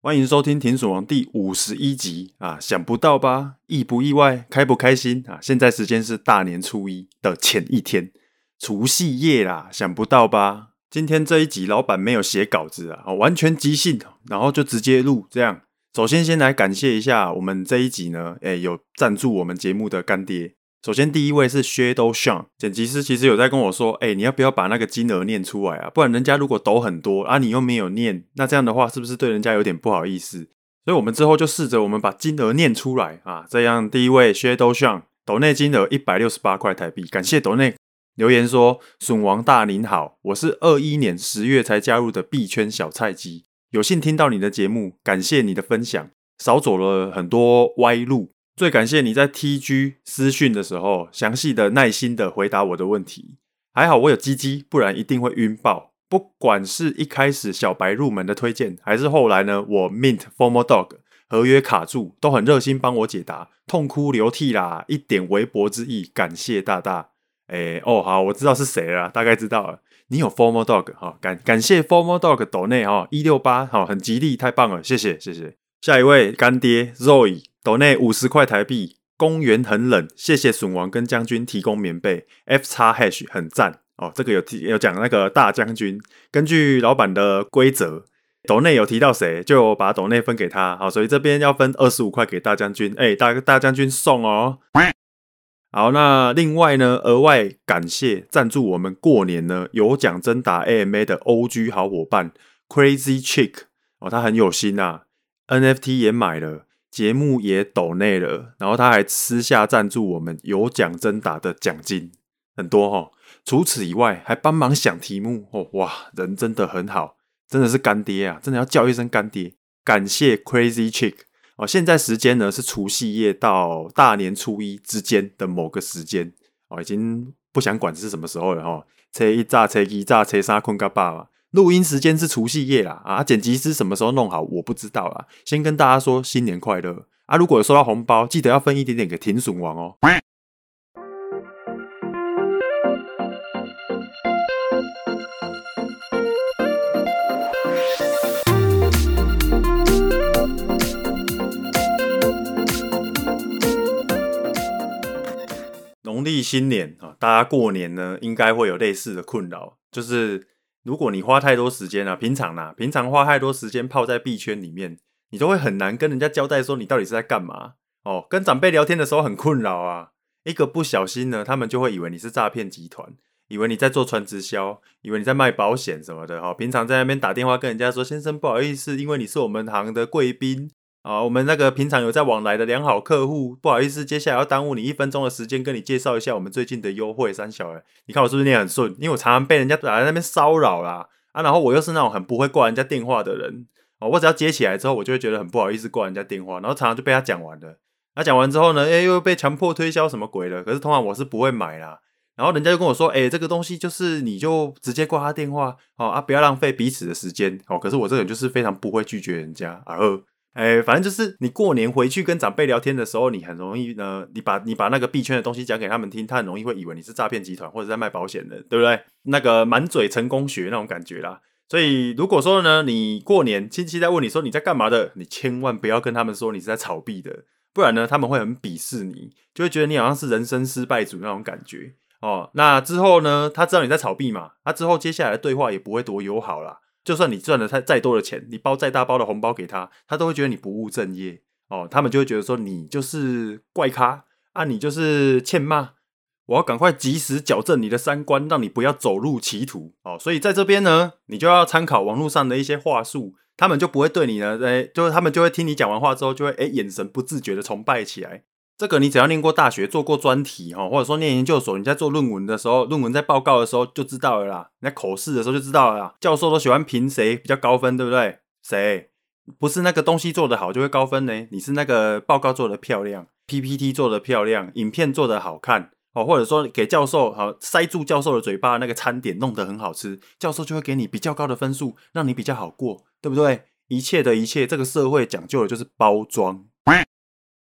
欢迎收听《停损王》第51集啊！想不到吧？意不意外？开不开心啊？现在时间是大年初一的前一天，除夕夜啦！想不到吧？今天这一集老板没有写稿子啊，完全即兴，然后就直接录这样。首先先来感谢一下我们这一集呢，有赞助我们节目的干爹。首先第一位是 Shadow Sean 剪辑师，其实有在跟我说，你要不要把那个金额念出来啊？不然人家如果抖很多啊，你又没有念，那这样的话是不是对人家有点不好意思？所以我们之后就试着我们把金额念出来啊。这样第一位 Shadow Sean 抖内金额168块台币，感谢抖内。留言说：损王大您好，我是21年10月才加入的币圈小菜鸡，有幸听到你的节目，感谢你的分享，少走了很多歪路。最感谢你在 TG 私讯的时候详细的耐心的回答我的问题，还好我有鸡鸡，不然一定会晕爆。不管是一开始小白入门的推荐，还是后来呢我 Mint Formal Dog 合约卡住，都很热心帮我解答，痛哭流涕啦，一点微薄之意，感谢大大。好，我知道是谁了，大概知道了。你有 Formal Dog 感谢 Formal Dog 抖内168很吉利，太棒了，谢谢。下一位干爹 Zoe 抖内50块台币，公园很冷，谢谢损王跟将军提供棉被 F*# 很赞这个有讲那个大将军，根据老板的规则，抖内有提到谁就把抖内分给他，好，所以这边要分25块给大将军，大将军送哦。好，那另外呢，额外感谢赞助我们过年呢有奖征答 AMA 的 OG 好伙伴 Crazy Chick 他很有心啊。NFT 也买了，节目也抖内了，然后他还私下赞助我们有奖征答的奖金，很多除此以外，还帮忙想题目哇，人真的很好，真的是干爹啊，真的要叫一声干爹。感谢 Crazy Chick 现在时间呢是除夕夜到大年初一之间的某个时间已经不想管是什么时候了初一早、初二早、初三困到饱嘛。录音时间是除夕夜啦剪辑师什么时候弄好我不知道啦，先跟大家说新年快乐如果有收到红包记得要分一点点给停损王哦。农历新年大家过年呢应该会有类似的困扰，就是如果你花太多时间平常花太多时间泡在币圈里面，你都会很难跟人家交代说你到底是在干嘛跟长辈聊天的时候很困扰啊，一个不小心呢他们就会以为你是诈骗集团，以为你在做传直销，以为你在卖保险什么的平常在那边打电话跟人家说，先生不好意思，因为你是我们行的贵宾我们那个平常有在往来的良好客户，不好意思，接下来要耽误你1分钟的时间，跟你介绍一下我们最近的优惠三小人。你看我是不是念很顺？因为我常常被人家打在那边骚扰啦然后我又是那种很不会挂人家电话的人我只要接起来之后，我就会觉得很不好意思挂人家电话，然后常常就被他讲完了。他讲完之后呢，又被强迫推销什么鬼的，可是通常我是不会买啦。然后人家就跟我说，这个东西就是你就直接挂他电话不要浪费彼此的时间可是我这个人就是非常不会拒绝人家反正就是你过年回去跟长辈聊天的时候，你很容易呢，你把那个币圈的东西讲给他们听，他很容易会以为你是诈骗集团或者在卖保险的，对不对？那个满嘴成功学那种感觉啦。所以如果说呢，你过年亲戚在问你说你在干嘛的，你千万不要跟他们说你是在炒币的，不然呢他们会很鄙视你，就会觉得你好像是人生失败组那种感觉那之后呢，他知道你在炒币嘛，之后接下来的对话也不会多友好啦。就算你赚了再多的钱，你包再大包的红包给他，他都会觉得你不务正业他们就会觉得说你就是怪咖你就是欠骂，我要赶快及时矫正你的三观，让你不要走入歧途所以在这边呢，你就要参考网络上的一些话术，他们就不会对你呢就是他们就会听你讲完话之后，就会眼神不自觉的崇拜起来。这个你只要念过大学，做过专题或者说念研究所，你在做论文的时候，论文在报告的时候就知道了啦，你在口试的时候就知道了啦。教授都喜欢评谁比较高分，对不对？谁不是那个东西做得好就会高分呢？你是那个报告做得漂亮， PPT 做得漂亮，影片做得好看或者说给教授塞住教授的嘴巴，那个餐点弄得很好吃，教授就会给你比较高的分数，让你比较好过，对不对？一切的一切，这个社会讲究的就是包装。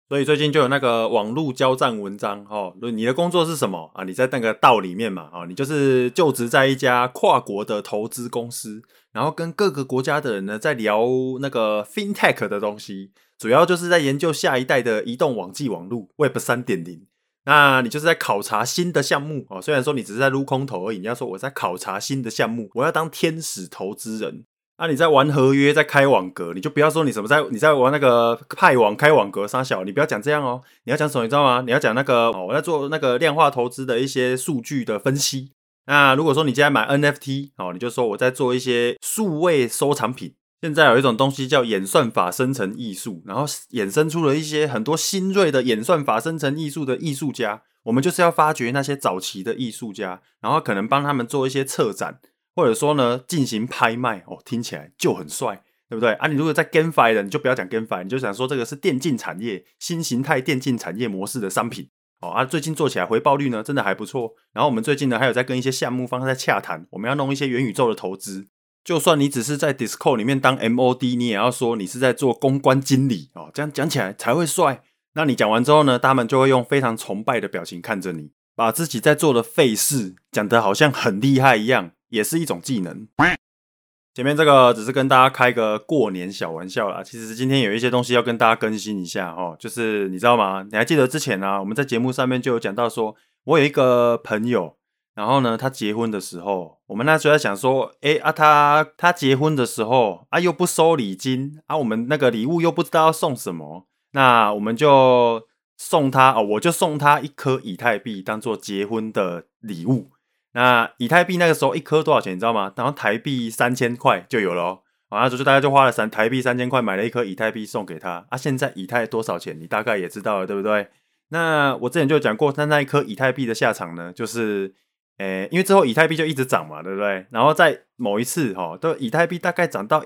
所以最近就有那个网络交战文章你的工作是什么啊？你在那个道里面嘛你就是就职在一家跨国的投资公司，然后跟各个国家的人呢在聊那个 FinTech 的东西，主要就是在研究下一代的移动网际网络 Web 3.0。那你就是在考察新的项目虽然说你只是在撸空头而已，你要说我在考察新的项目，我要当天使投资人。你在玩合约，在开网格，你就不要说你在玩那个派网开网格三小，你不要讲这样你要讲什么你知道吗？你要讲那个我在做那个量化投资的一些数据的分析。那如果说你今天买 NFT 你就说我在做一些数位收藏品。现在有一种东西叫演算法生成艺术，然后衍生出了一些很多新锐的演算法生成艺术的艺术家，我们就是要发掘那些早期的艺术家，然后可能帮他们做一些策展，或者说呢进行拍卖听起来就很帅，对不对你如果在 GameFi 的，你就不要讲 GameFi， 你就想说这个是电竞产业新形态电竞产业模式的商品最近做起来回报率呢真的还不错。然后我们最近呢还有在跟一些项目方在洽谈，我们要弄一些元宇宙的投资。就算你只是在 Discord 里面当 MOD， 你也要说你是在做公关经理这样讲起来才会帅。那你讲完之后呢，他们就会用非常崇拜的表情看着你，把自己在做的废事讲得好像很厉害一样，也是一种技能。前面这个只是跟大家开个过年小玩笑啦，其实今天有一些东西要跟大家更新一下就是你知道吗？你还记得之前我们在节目上面就有讲到说，我有一个朋友，然后呢他结婚的时候，我们那时候在想说他结婚的时候又不收礼金我们那个礼物又不知道要送什么，那我们就送他我就送他1颗以太币当做结婚的礼物。那以太币那个时候1颗多少钱你知道吗？然后台币3000块就有了那时候大家就花了台币3000块买了1颗以太币送给他现在以太多少钱你大概也知道了对不对？那我之前就有讲过，那一颗以太币的下场呢，就是因为之后以太币就一直涨嘛，对不对？然后在某一次都以太币大概涨到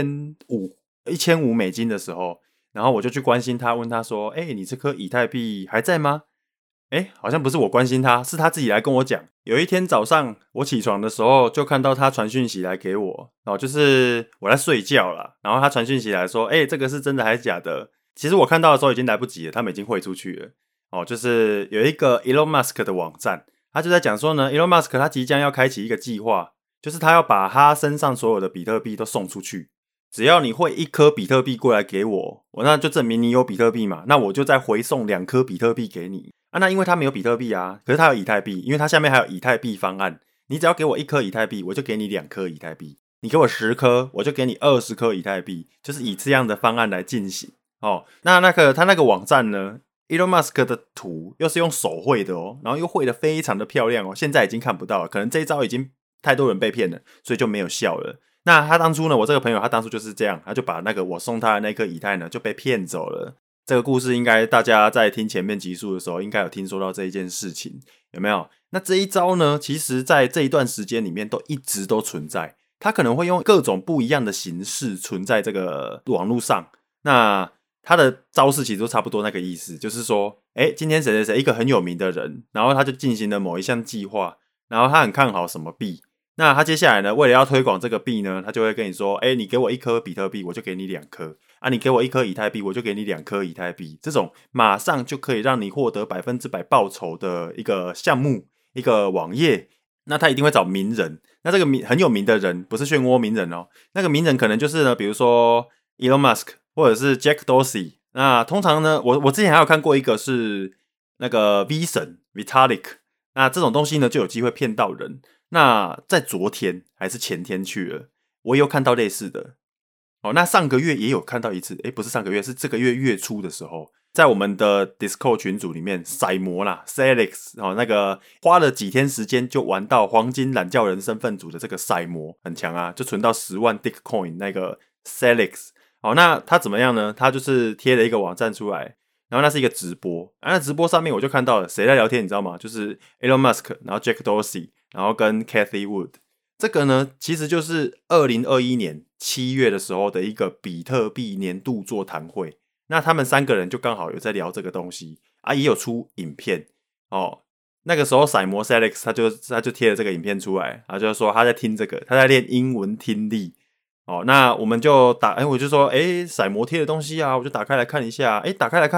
$1500的时候，然后我就去关心他，问他说你这颗以太币还在吗？好像不是我关心他，是他自己来跟我讲。有一天早上我起床的时候，就看到他传讯息来给我就是我在睡觉啦，然后他传讯息来说这个是真的还是假的？其实我看到的时候已经来不及了，他们已经汇出去了就是有一个 Elon Musk 的网站，他就在讲说呢 Elon Musk 他即将要开启一个计划，就是他要把他身上所有的比特币都送出去，只要你汇1颗比特币过来给我那就证明你有比特币嘛，那我就再回送2颗比特币给你那因为他没有比特币可是他有以太币，因为他下面还有以太币方案，你只要给我1颗以太币，我就给你2颗以太币，你给我10颗，我就给你20颗以太币，就是以这样的方案来进行那他那个网站呢 Elon Musk 的图又是用手绘的然后又绘得非常的漂亮现在已经看不到了，可能这一招已经太多人被骗了，所以就没有效了。那他当初呢，我这个朋友他当初就是这样，他就把那个我送他的那颗以太呢就被骗走了。这个故事应该大家在听前面集数的时候应该有听说到这一件事情，有没有？那这一招呢，其实在这一段时间里面都一直都存在，他可能会用各种不一样的形式存在这个网络上。那他的招式其实都差不多那个意思，就是说今天谁谁谁一个很有名的人，然后他就进行了某一项计划，然后他很看好什么币，那他接下来呢，为了要推广这个币呢，他就会跟你说你给我1颗比特币，我就给你2颗你给我1颗以太币，我就给你2颗以太币，这种马上就可以让你获得100%报酬的一个项目，一个网页。那他一定会找名人，那这个很有名的人不是漩涡名人那个名人可能就是呢，比如说 Elon Musk 或者是 Jack Dorsey。那通常呢，我之前还有看过一个是那个 V 神 Vitalik， 那这种东西呢就有机会骗到人。那在昨天还是前天去了，我也有看到类似的那上个月也有看到一次不是上个月，是这个月月初的时候，在我们的 Discord 群组里面骰魔啦 Celix 那个花了几天时间就玩到黄金懒觉人身份组的这个骰魔很强就存到10万 Bitcoin 那个 Celix。那他怎么样呢？他就是贴了一个网站出来，然后那是一个直播那直播上面我就看到了谁在聊天你知道吗？就是 Elon Musk 然后 Jack Dorsey 然后跟 Cathie Wood。 这个呢其实就是2021年7月的时候的一个比特币年度座谈会，那他们3个人就刚好有在聊这个东西也有出影片那个时候骰魔 Celix 他就贴了这个影片出来，他就说他在听这个，他在练英文听力那我们就我就说骰魔贴的东西我就打开来看一下打开来看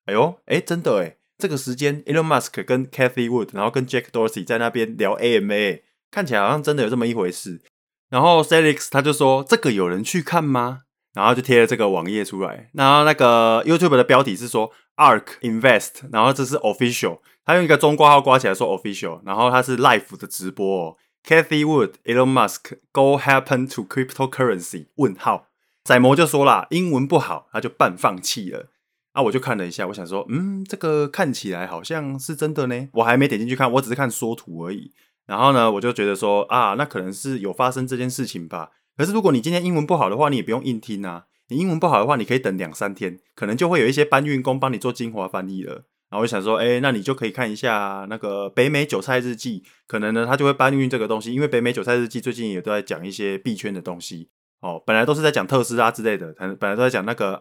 哎呦，真的这个时间 Elon Musk 跟 Cathie Wood， 然后跟 Jack Dorsey 在那边聊 AMA， 看起来好像真的有这么一回事。然后 Celix 他就说这个有人去看吗？然后就贴了这个网页出来，然后那个 YouTube 的标题是说 ARK Invest， 然后这是 Official， 他用一个中括号刮起来说 Official， 然后他是 Live 的直播哦。Cathie Wood Elon Musk Go Happen to Cryptocurrency 问号，仔模就说啦，英文不好，他就半放弃了。我就看了一下，我想说这个看起来好像是真的呢，我还没点进去看，我只是看缩图而已。然后呢，我就觉得说那可能是有发生这件事情吧。可是如果你今天英文不好的话，你也不用硬听啊。你英文不好的话，你可以等2-3天，可能就会有一些搬运工帮你做精华翻译了。然后我就想说，那你就可以看一下那个北美韭菜日记，可能呢他就会搬运这个东西，因为北美韭菜日记最近也都在讲一些币圈的东西本来都是在讲特斯拉之类的，本来都在讲那个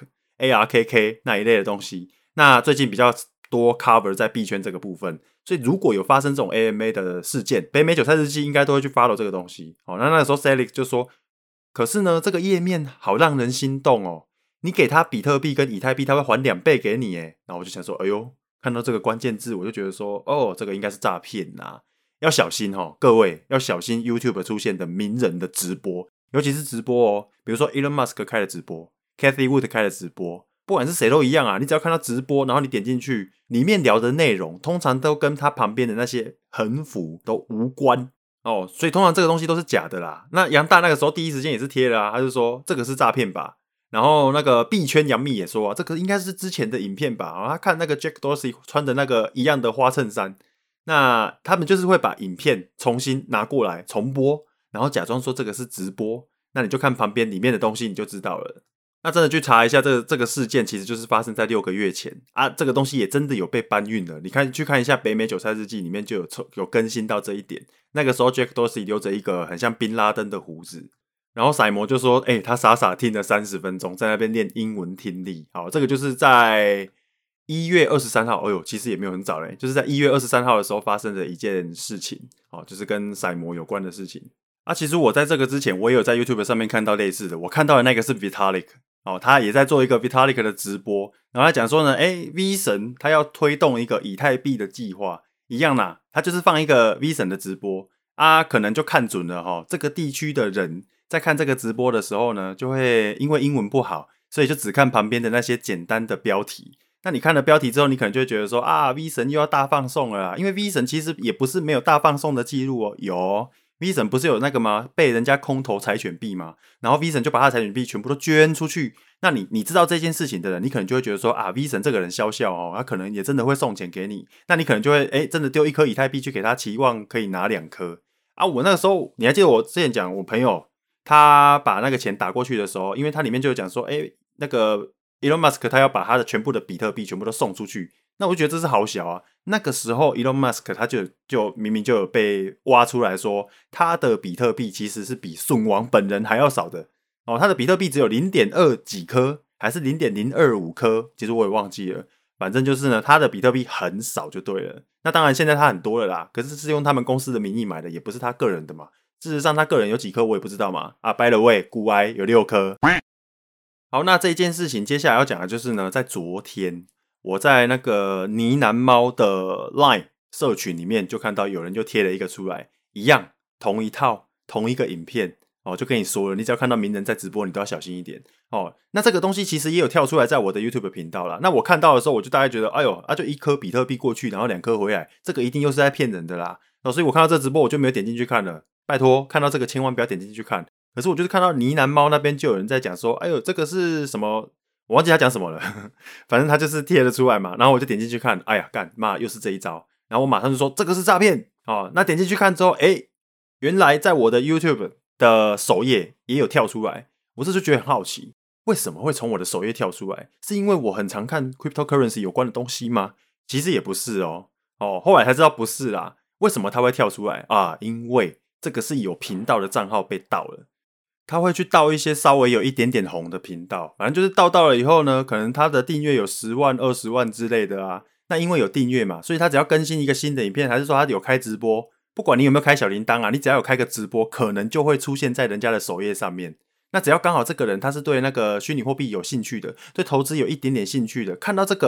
ARKK 那一类的东西。那最近比较多 cover 在币圈这个部分，所以如果有发生这种 AMA 的事件，北美韭菜日记应该都会去 follow 这个东西。那个时候 Celix 就说，可是呢，这个页面好让人心动哦，你给他比特币跟以太币，他会还2倍给你耶。然后我就想说，哎呦，看到这个关键字，我就觉得说，这个应该是诈骗啊，要小心各位要小心 YouTube 出现的名人的直播，尤其是直播比如说 Elon Musk 开的直播， Cathie Wood 开的直播，不管是谁都一样啊，你只要看到直播，然后你点进去，里面聊的内容通常都跟他旁边的那些横幅都无关所以通常这个东西都是假的啦。那杨大那个时候第一时间也是贴了他就说这个是诈骗吧。然后那个币圈杨幂也说这个应该是之前的影片吧。他看那个 Jack Dorsey 穿的那个一样的花衬衫，那他们就是会把影片重新拿过来重播，然后假装说这个是直播，那你就看旁边里面的东西你就知道了。那真的去查一下这个事件，其实就是发生在6个月前这个东西也真的有被搬运了。你去看一下北美韭菜日记里面就有更新到这一点。那个时候 Jack Dorsey 留着一个很像宾拉登的胡子，然后赛模就说他傻傻听了30分钟，在那边练英文听力。好，这个就是在1月23号，其实也没有很早嘞，就是在1月23号的时候发生的一件事情就是跟赛模有关的事情其实我在这个之前我也有在 YouTube 上面看到类似的，我看到的那个是 Vitalik他也在做一个 Vitalik 的直播，然后他讲说呢V 神他要推动一个以太币的计划一样啦，他就是放一个 V 神的直播可能就看准了这个地区的人在看这个直播的时候呢，就会因为英文不好，所以就只看旁边的那些简单的标题。那你看了标题之后，你可能就会觉得说V 神又要大放送了啦，因为 V 神其实也不是没有大放送的记录有V 神不是有那个吗？被人家空投柴犬币吗？然后 V 神就把他的柴犬币全部都捐出去。那你知道这件事情的人，你可能就会觉得说V 神这个人笑笑他可能也真的会送钱给你。那你可能就会真的丢1颗以太币去给他，期望可以拿2颗我那个时候你还记得我之前讲我朋友他把那个钱打过去的时候，因为他里面就有讲说那个 Elon Musk 他要把他的全部的比特币全部都送出去。那我就觉得这是好小那个时候 Elon Musk 他就明明就有被挖出来说，他的比特币其实是比损王本人还要少的他的比特币只有 0.2 几颗还是 0.025 颗，其实我也忘记了。反正就是呢，他的比特币很少就对了。那当然现在他很多了啦，可是是用他们公司的名义买的，也不是他个人的嘛。事实上他个人有几颗我也不知道嘛。by the way， 古埃有6颗。好，那这一件事情接下来要讲的就是呢，在昨天我在那个呢喃猫的 LINE 社群里面就看到有人就贴了一个出来，一样同一套同一个影片就跟你说了，你只要看到名人在直播，你都要小心一点那这个东西其实也有跳出来在我的 YouTube 频道啦。那我看到的时候，我就大概觉得，哎呦就1颗比特币过去，然后2颗回来，这个一定又是在骗人的啦所以我看到这直播我就没有点进去看了。拜托，看到这个千万不要点进去看。可是我就是看到呢喃猫那边就有人在讲说，哎呦这个是什么，我忘记他讲什么了反正他就是贴了出来嘛，然后我就点进去看，哎呀干妈又是这一招，然后我马上就说这个是诈骗那点进去看之后原来在我的 YouTube 的首页也有跳出来。我这就觉得很好奇，为什么会从我的首页跳出来？是因为我很常看 cryptocurrency 有关的东西吗？其实也不是后来才知道不是啦。为什么他会跳出来因为这个是有频道的账号被盗了，他会去盗一些稍微有一点点红的频道，反正就是盗了以后呢，可能他的订阅有10万20万之类的那因为有订阅嘛，所以他只要更新一个新的影片，还是说他有开直播，不管你有没有开小铃铛你只要有开个直播，可能就会出现在人家的首页上面。那只要刚好这个人他是对那个虚拟货币有兴趣的，对投资有一点点兴趣的，看到这个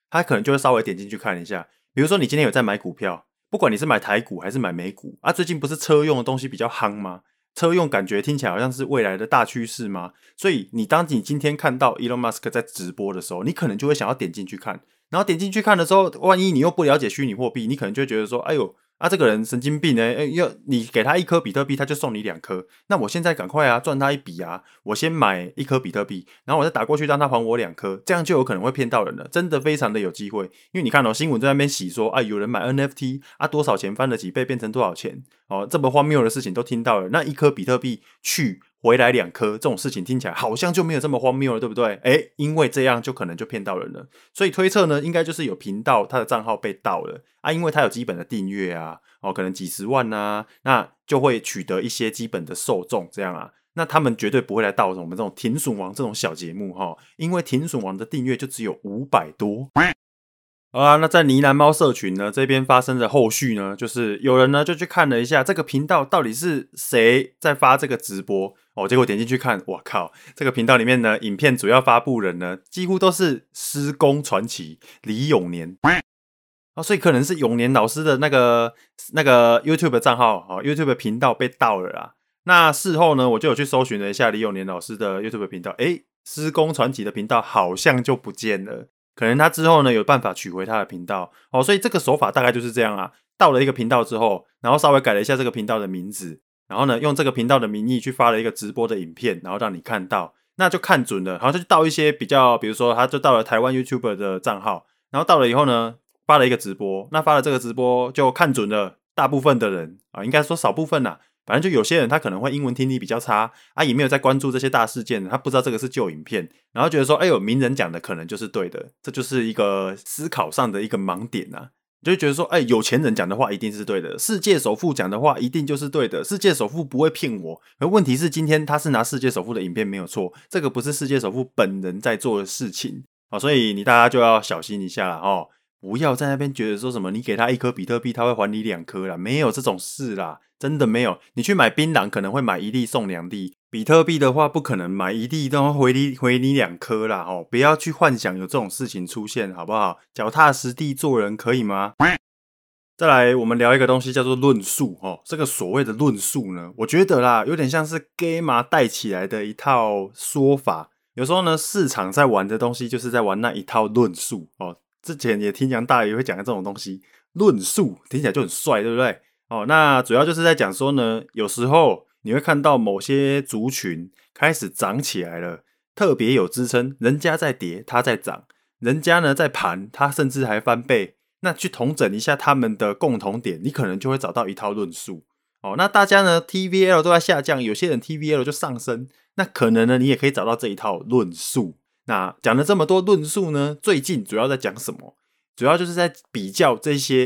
他可能就会稍微点进去看一下。比如说你今天有在买股票，不管你是买台股还是买美股啊，最近不是车用的东西比较夯吗？车用感觉听起来好像是未来的大趋势吗？所以当你今天看到 Elon Musk 在直播的时候，你可能就会想要点进去看，然后点进去看的时候，万一你又不了解虚拟货币，你可能就会觉得说，哎呦，这个人神经病要你给他1颗比特币，他就送你2颗，那我现在赶快赚他一笔啊！我先买1颗比特币，然后我再打过去让他还我2颗，这样就有可能会骗到人了，真的非常的有机会。因为你看新闻在那边洗说有人买 NFT 多少钱翻了几倍变成多少钱这么荒谬的事情都听到了，那1颗比特币去回来2颗，这种事情听起来好像就没有这么荒谬了，对不对？因为这样就可能就骗到人了，所以推测呢，应该就是有频道他的账号被盗了因为他有基本的订阅可能几十万那就会取得一些基本的受众这样那他们绝对不会来盗我们这种停损王这种小节目因为停损王的订阅就只有500多。那在呢喃猫社群呢这边发生的后续呢，就是有人呢就去看了一下这个频道到底是谁在发这个直播结果点进去看，哇靠，这个频道里面呢影片主要发布人呢几乎都是施工传奇李永年所以可能是永年老师的那个 YouTube 账号YouTube 频道被盗了啦。那事后呢我就有去搜寻了一下李永年老师的 YouTube 频道，施工传奇的频道好像就不见了，可能他之后呢有办法取回他的频道所以这个手法大概就是这样盗了一个频道之后，然后稍微改了一下这个频道的名字，然后呢用这个频道的名义去发了一个直播的影片，然后让你看到，那就看准了，然后就盗一些比较，比如说他就盗了台湾 YouTuber 的账号，然后盗了以后呢发了一个直播，那发了这个直播就看准了大部分的人应该说少部分反正就有些人他可能会英文听力比较差也没有在关注这些大事件，他不知道这个是旧影片，然后觉得说名人讲的可能就是对的，这就是一个思考上的一个盲点就会觉得说有钱人讲的话一定是对的，世界首富讲的话一定就是对的，世界首富不会骗我。而问题是今天他是拿世界首富的影片没有错，这个不是世界首富本人在做的事情所以大家就要小心一下啦不要在那边觉得说什么你给他1颗比特币他会还你2颗啦，没有这种事啦，真的没有。你去买槟榔可能会买1粒送2粒，比特币的话不可能买1粒都回你2颗啦不要去幻想有这种事情出现好不好？脚踏实地做人可以吗？再来我们聊一个东西叫做论述这个所谓的论述呢，我觉得啦有点像是 Gamma 带起来的一套说法，有时候呢市场在玩的东西就是在玩那一套论述之前也听杨大爷会讲这种东西，论述听起来就很帅，对不对那主要就是在讲说呢，有时候你会看到某些族群开始涨起来了，特别有支撑，人家在跌他在涨，人家呢在盘他甚至还翻倍，那去统整一下他们的共同点，你可能就会找到一套论述那大家呢 TVL 都在下降，有些人 TVL 就上升，那可能呢你也可以找到这一套论述。那讲了这么多论述呢，最近主要在讲什么？主要就是在比较这些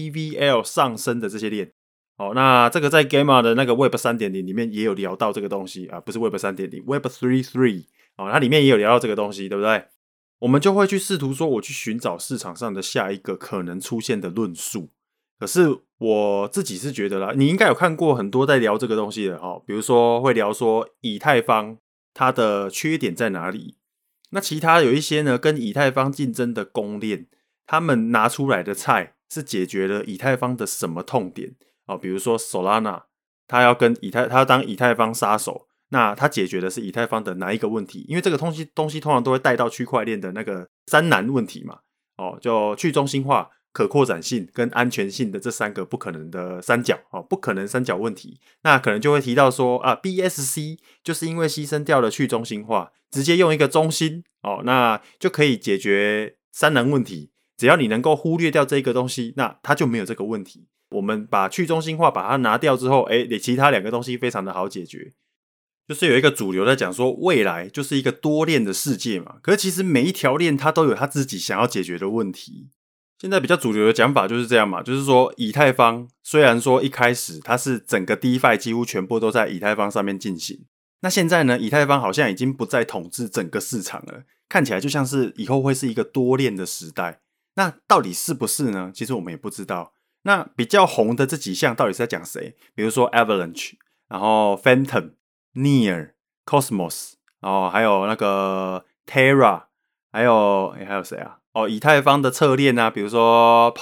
TVL 上升的这些链那这个在 Gamma 的那个 Web 3.0 里面也有聊到这个东西不是 Web 3.0 Web 3.3它里面也有聊到这个东西，对不对？我们就会去试图说我去寻找市场上的下一个可能出现的论述。可是我自己是觉得啦，你应该有看过很多在聊这个东西的比如说会聊说以太坊它的缺点在哪里，那其他有一些呢跟以太坊竞争的公链，他们拿出来的菜是解决了以太坊的什么痛点比如说 Solana 他要当以太坊杀手，那他解决的是以太坊的哪一个问题？因为这个东西通常都会带到区块链的那个3难问题嘛就去中心化、可扩展性跟安全性的这3个不可能的三角不可能三角问题，那可能就会提到说BSC 就是因为牺牲掉了去中心化，直接用一个中心那就可以解决3难问题，只要你能够忽略掉这个东西，那它就没有这个问题。我们把去中心化把它拿掉之后你其他2个东西非常的好解决。就是有一个主流在讲说未来就是一个多链的世界嘛，可是其实每一条链它都有它自己想要解决的问题。现在比较主流的讲法就是这样嘛，就是说以太坊虽然说一开始它是整个 DeFi 几乎全部都在以太坊上面进行，那现在呢以太坊好像已经不再统治整个市场了，看起来就像是以后会是一个多链的时代。那到底是不是呢？其实我们也不知道。那比较红的这几项到底是在讲谁？比如说 Avalanche， 然后 Phantom、Near、Cosmos， 然后还有那个 Terra， 还有谁啊以太坊的侧链啊，比如说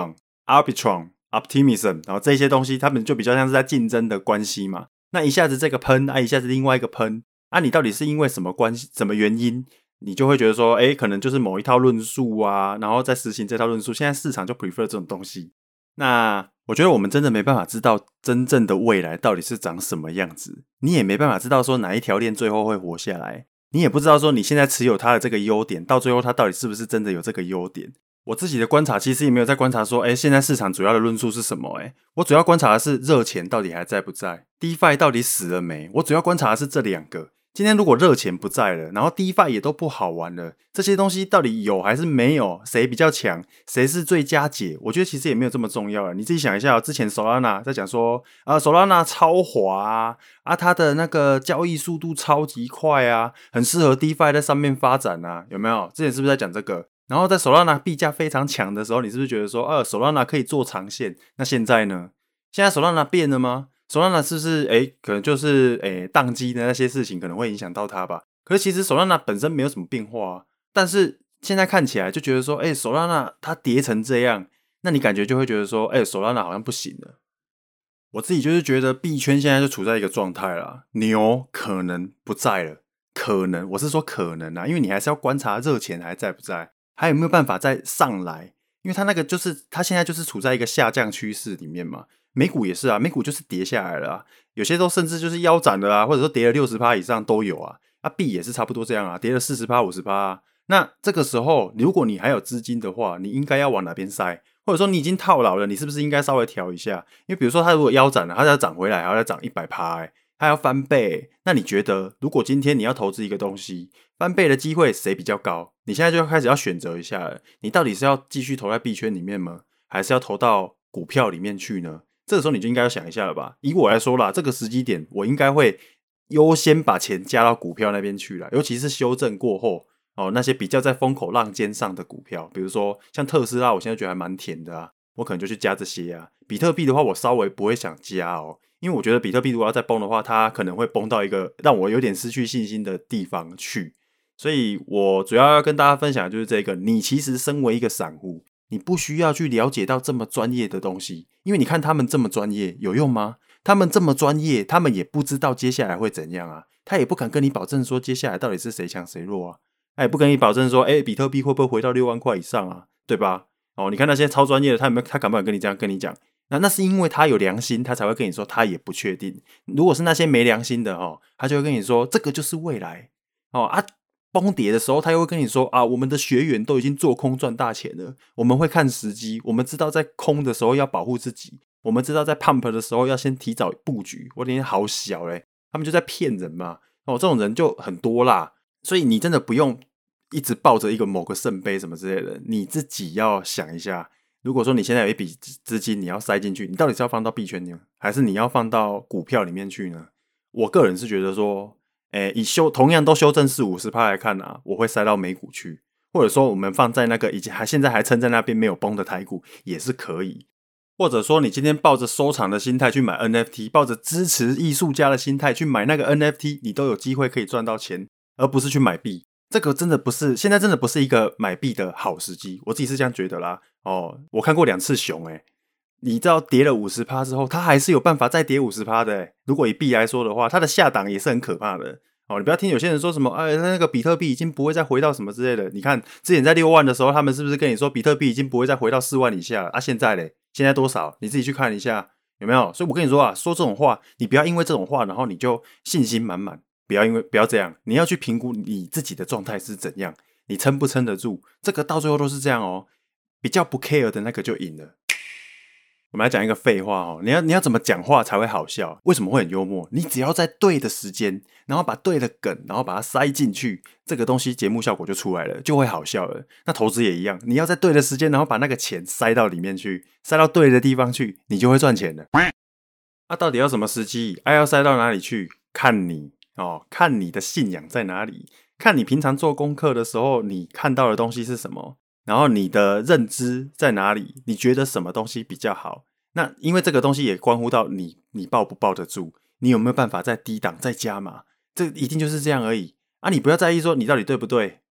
Polygon、Arbitrum、Optimism，然后这些东西，他们就比较像是在竞争的关系嘛。那一下子这个喷，一下子另外一个喷，你到底是因为什么关系、什么原因，你就会觉得说，可能就是某一套论述啊，然后再实行这套论述。现在市场就 prefer 这种东西。那我觉得我们真的没办法知道真正的未来到底是长什么样子，你也没办法知道说哪一条链最后会活下来，你也不知道说你现在持有它的这个优点，到最后它到底是不是真的有这个优点。我自己的观察其实也没有在观察说，现在市场主要的论述是什么，我主要观察的是热钱到底还在不在， DeFi 到底死了没，我主要观察的是这两个。今天如果热钱不在了，然后 DeFi 也都不好玩了，这些东西到底有还是没有，谁比较强，谁是最佳解，我觉得其实也没有这么重要了。你自己想一下，之前 Solana 在讲说Solana 超滑它的那个交易速度超级快很适合 DeFi 在上面发展有没有？之前是不是在讲这个？然后在 Solana 币价非常强的时候，你是不是觉得说Solana 可以做长线？那现在呢？现在 Solana 变了吗？Solana 是不是可能就是宕机的那些事情可能会影响到它吧？可是其实 Solana 本身没有什么变化但是现在看起来就觉得说Solana 它跌成这样，那你感觉就会觉得说Solana 好像不行了。我自己就是觉得币圈现在就处在一个状态啦，牛可能不在了，可能我是说可能因为你还是要观察热钱还在不在，还有没有办法再上来，因为它那个就是它现在就是处在一个下降趋势里面嘛。美股也是美股就是跌下来了有些都甚至就是腰斩了或者说跌了 60% 以上都有币也是差不多这样跌了 40%、50%那这个时候如果你还有资金的话，你应该要往哪边塞？或者说你已经套牢了，你是不是应该稍微调一下？因为比如说它如果腰斩了，它要涨回来还要再涨 100%它要翻倍那你觉得如果今天你要投资一个东西，翻倍的机会谁比较高？你现在就开始要选择一下了，你到底是要继续投在币圈里面吗？还是要投到股票里面去呢？这个时候你就应该要想一下了吧。以我来说啦，这个时机点我应该会优先把钱加到股票那边去啦，尤其是修正过后那些比较在风口浪尖上的股票，比如说像特斯拉，我现在觉得还蛮甜的我可能就去加这些比特币的话，我稍微不会想加因为我觉得比特币如果要再崩的话，它可能会崩到一个让我有点失去信心的地方去。所以我主要跟大家分享的就是这个，你其实身为一个散户，你不需要去了解到这么专业的东西，因为你看他们这么专业有用吗？他们这么专业，他们也不知道接下来会怎样他也不敢跟你保证说接下来到底是谁强谁弱他也不跟你保证说比特币会不会回到6万块以上对吧？你看那些超专业的，他敢不敢跟你这样跟你讲？那是因为他有良心，他才会跟你说他也不确定。如果是那些没良心的他就会跟你说这个就是未来崩跌的时候，他又会跟你说我们的学员都已经做空赚大钱了，我们会看时机，我们知道在空的时候要保护自己，我们知道在 pump 的时候要先提早布局。我脸好小他们就在骗人嘛这种人就很多啦。所以你真的不用一直抱着一个某个圣杯什么之类的，你自己要想一下，如果说你现在有一笔资金你要塞进去，你到底是要放到币圈呢，还是你要放到股票里面去呢？我个人是觉得说以同样都修正40-50% 来看我会塞到美股去，或者说我们放在那个现在还撑在那边没有崩的台股也是可以。或者说你今天抱着收藏的心态去买 NFT， 抱着支持艺术家的心态去买那个 NFT， 你都有机会可以赚到钱，而不是去买币。这个真的不是，现在真的不是一个买币的好时机，我自己是这样觉得啦。我看过2次熊你知道跌了 50% 之后，它还是有办法再跌 50% 的如果以币来说的话，它的下档也是很可怕的你不要听有些人说什么那个比特币已经不会再回到什么之类的。你看之前在6万的时候，他们是不是跟你说比特币已经不会再回到4万以下了现在嘞，现在多少？你自己去看一下有没有？所以我跟你说说这种话，你不要因为这种话然后你就信心满满，不要这样，你要去评估你自己的状态是怎样，你撑不撑得住，这个到最后都是这样比较不 care 的那个就赢了。我们来讲一个废话你要怎么讲话才会好笑？为什么会很幽默？你只要在对的时间，然后把对的梗，然后把它塞进去，这个东西节目效果就出来了，就会好笑了。那投资也一样，你要在对的时间，然后把那个钱塞到里面去，塞到对的地方去，你就会赚钱了。到底要什么时机？要塞到哪里去？看你看你的信仰在哪里，看你平常做功课的时候，你看到的东西是什么。然后你的认知在哪里？你觉得什么东西比较好？那因为这个东西也关乎到你抱不抱得住，你有没有办法在低档再加码？这一定就是这样而已你不要在意说你到底对不对，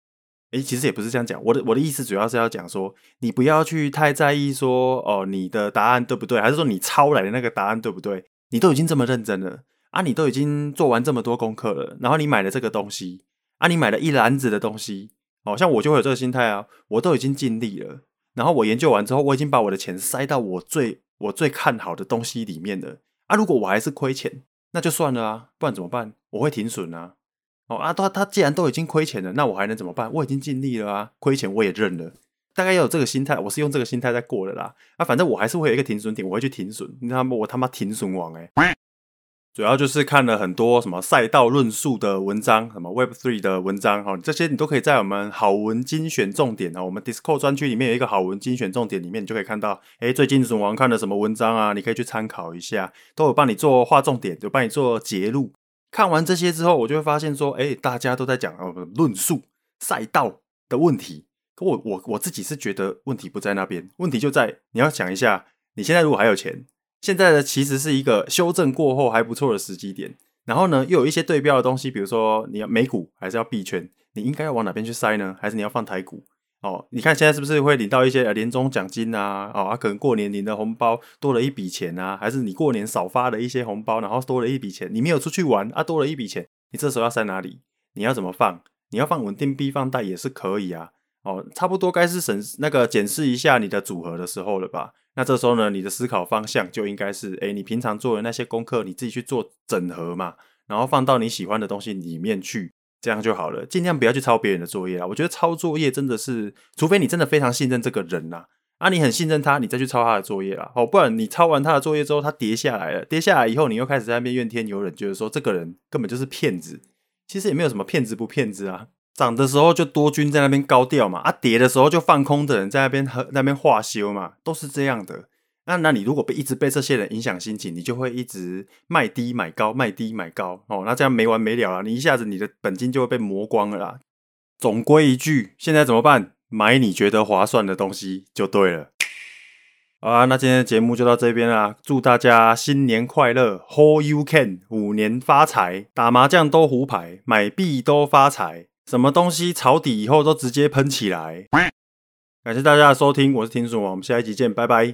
其实也不是这样讲，我的意思主要是要讲说，你不要去太在意说，你的答案对不对，还是说你抄来的那个答案对不对？你都已经这么认真了啊，你都已经做完这么多功课了，然后你买了这个东西啊，你买了一篮子的东西，像我就会有这个心态啊，我都已经尽力了，然后我研究完之后，我已经把我的钱塞到我最看好的东西里面了啊，如果我还是亏钱，那就算了啊，不然怎么办？我会停损啊。他既然都已经亏钱了，那我还能怎么办？我已经尽力了啊，亏钱我也认了。大概要有这个心态，我是用这个心态在过的啦。反正我还是会有一个停损点，我会去停损。我他妈停损王主要就是看了很多什么赛道论述的文章，什么 Web3 的文章，这些你都可以在我们好文精选重点我们 Discord 专区里面有一个好文精选重点，里面你就可以看到，最近损王看了什么文章啊，你可以去参考一下，都有帮你做划重点，有帮你做节录。看完这些之后，我就会发现说，大家都在讲论述赛道的问题，可我自己是觉得问题不在那边，问题就在你要想一下，你现在如果还有钱，现在的其实是一个修正过后还不错的时机点，然后呢，又有一些对标的东西，比如说你要美股还是要币圈，你应该要往哪边去塞呢？还是你要放台股？你看现在是不是会领到一些年终奖金啊？可能过年领的红包多了一笔钱啊，还是你过年少发了一些红包，然后多了一笔钱，你没有出去玩啊，多了一笔钱，你这时候要塞哪里？你要怎么放？你要放稳定币放贷也是可以啊。差不多该是检视一下你的组合的时候了吧？那这时候呢，你的思考方向就应该是，你平常做的那些功课，你自己去做整合嘛，然后放到你喜欢的东西里面去。这样就好了，尽量不要去抄别人的作业啦。我觉得抄作业真的是，除非你真的非常信任这个人啦，你很信任他，你再去抄他的作业啦。不然你抄完他的作业之后，他跌下来了，跌下来以后，你又开始在那边怨天尤人，觉得说这个人根本就是骗子。其实也没有什么骗子不骗子啊，涨的时候就多军在那边高调嘛，跌的时候就放空的人在那边化修嘛，都是这样的。那你如果一直被这些人影响心情，你就会一直卖低买高，卖低买高那这样没完没了啦，你一下子你的本金就会被磨光了啦。总归一句，现在怎么办？买你觉得划算的东西就对了。好啦，那今天的节目就到这边啦，祝大家新年快乐 ，All you can， 虎年发财，打麻将都胡牌，买币都发财，什么东西抄底以后都直接喷起来。感谢大家的收听，我是听损王，我们下一集见，拜拜。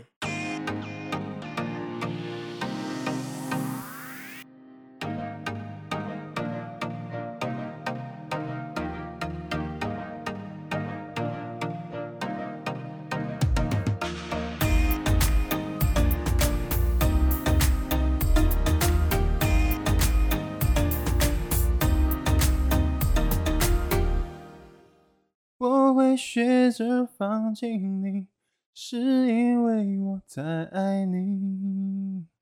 我会学着放弃你，是因为我太爱你。